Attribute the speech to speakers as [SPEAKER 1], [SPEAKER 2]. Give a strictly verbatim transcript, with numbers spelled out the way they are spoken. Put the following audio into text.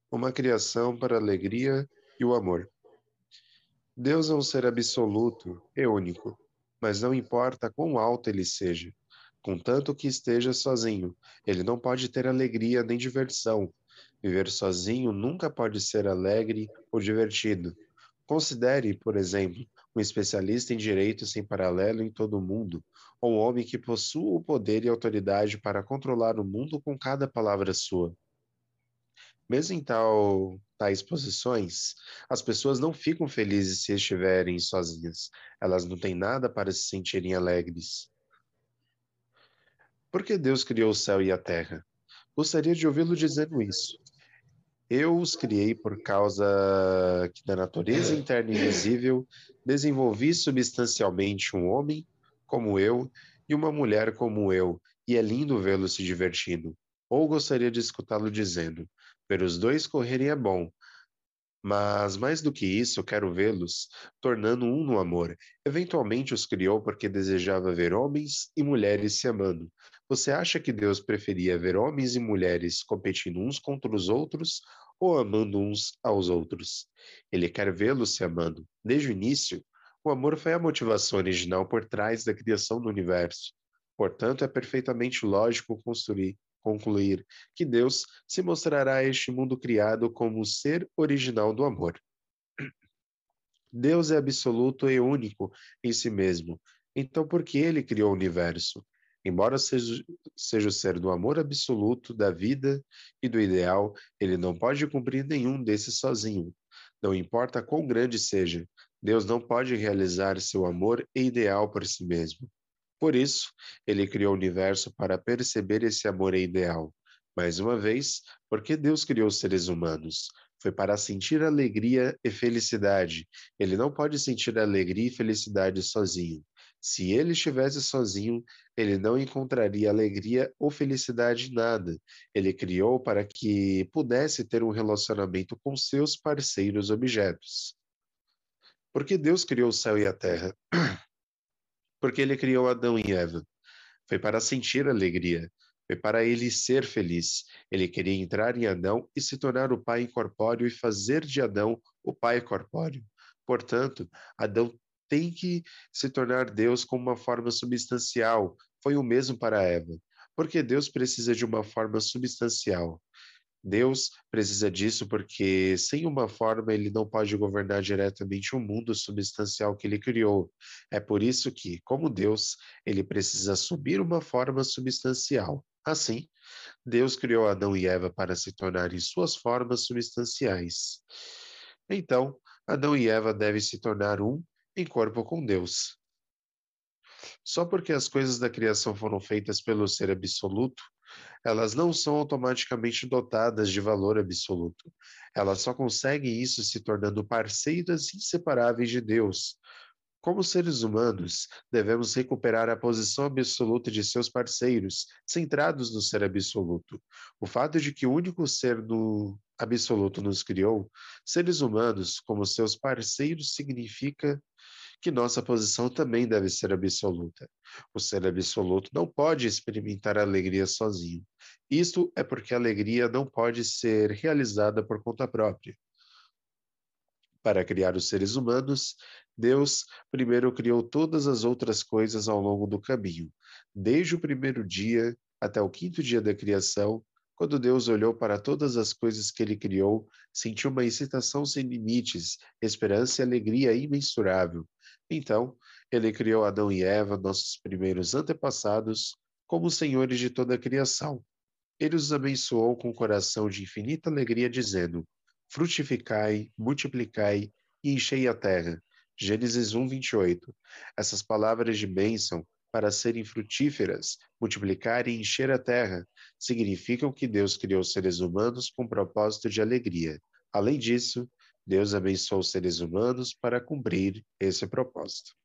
[SPEAKER 1] Uma criação para a alegria e o amor. Deus é um ser absoluto e único, mas não importa quão alto ele seja, contanto que esteja sozinho, ele não pode ter alegria nem diversão. Viver sozinho nunca pode ser alegre ou divertido. Considere, por exemplo, um especialista em direito sem paralelo em todo o mundo, ou um homem que possua o poder e autoridade para controlar o mundo com cada palavra sua. Mesmo em tal, tais posições, as pessoas não ficam felizes se estiverem sozinhas. Elas não têm nada para se sentirem alegres. Por que Deus criou o céu e a terra? Gostaria de ouvi-lo dizendo isso. Eu os criei por causa que da natureza interna e invisível desenvolvi substancialmente um homem como eu e uma mulher como eu, e é lindo vê-los se divertindo. Ou gostaria de escutá-lo dizendo: ver os dois correrem é bom, mas mais do que isso, quero vê-los tornando um no amor. Eventualmente os criou porque desejava ver homens e mulheres se amando. Você acha que Deus preferia ver homens e mulheres competindo uns contra os outros ou amando uns aos outros? Ele quer vê-los se amando. Desde o início, o amor foi a motivação original por trás da criação do universo. Portanto, é perfeitamente lógico construir, concluir que Deus se mostrará a este mundo criado como o ser original do amor. Deus é absoluto e único em si mesmo. Então, por que ele criou o universo? Embora seja, seja o ser do amor absoluto, da vida e do ideal, ele não pode cumprir nenhum desses sozinho. Não importa quão grande seja, Deus não pode realizar seu amor e ideal por si mesmo. Por isso, ele criou o universo para perceber esse amor e ideal. Mais uma vez, porque Deus criou os seres humanos? Foi para sentir alegria e felicidade. Ele não pode sentir alegria e felicidade sozinho. Se ele estivesse sozinho, ele não encontraria alegria ou felicidade em nada. Ele criou para que pudesse ter um relacionamento com seus parceiros objetos. Porque Deus criou o céu e a terra? Porque ele criou Adão e Eva. Foi para sentir alegria. Foi para ele ser feliz. Ele queria entrar em Adão e se tornar o pai incorpóreo e fazer de Adão o pai corpóreo. Portanto, Adão tem que se tornar Deus com uma forma substancial. Foi o mesmo para Eva. Porque Deus precisa de uma forma substancial. Deus precisa disso porque, sem uma forma, ele não pode governar diretamente o mundo substancial que ele criou. É por isso que, como Deus, ele precisa assumir uma forma substancial. Assim, Deus criou Adão e Eva para se tornarem suas formas substanciais. Então, Adão e Eva devem se tornar um em corpo com Deus. Só porque as coisas da criação foram feitas pelo ser absoluto, elas não são automaticamente dotadas de valor absoluto. Elas só conseguem isso se tornando parceiras inseparáveis de Deus. Como seres humanos, devemos recuperar a posição absoluta de seus parceiros, centrados no ser absoluto. O fato de que o único ser no absoluto nos criou, seres humanos como seus parceiros, significa que nossa posição também deve ser absoluta. O ser absoluto não pode experimentar alegria sozinho. Isto é porque a alegria não pode ser realizada por conta própria. Para criar os seres humanos, Deus primeiro criou todas as outras coisas ao longo do caminho. Desde o primeiro dia até o quinto dia da criação, quando Deus olhou para todas as coisas que ele criou, sentiu uma excitação sem limites, esperança e alegria imensurável. Então, ele criou Adão e Eva, nossos primeiros antepassados, como senhores de toda a criação. Ele os abençoou com um coração de infinita alegria, dizendo: frutificai, multiplicai e enchei a terra. Gênesis um, vinte e oito. Essas palavras de bênção, para serem frutíferas, multiplicar e encher a terra, significam que Deus criou os seres humanos com propósito de alegria. Além disso, Deus abençoou os seres humanos para cumprir esse propósito.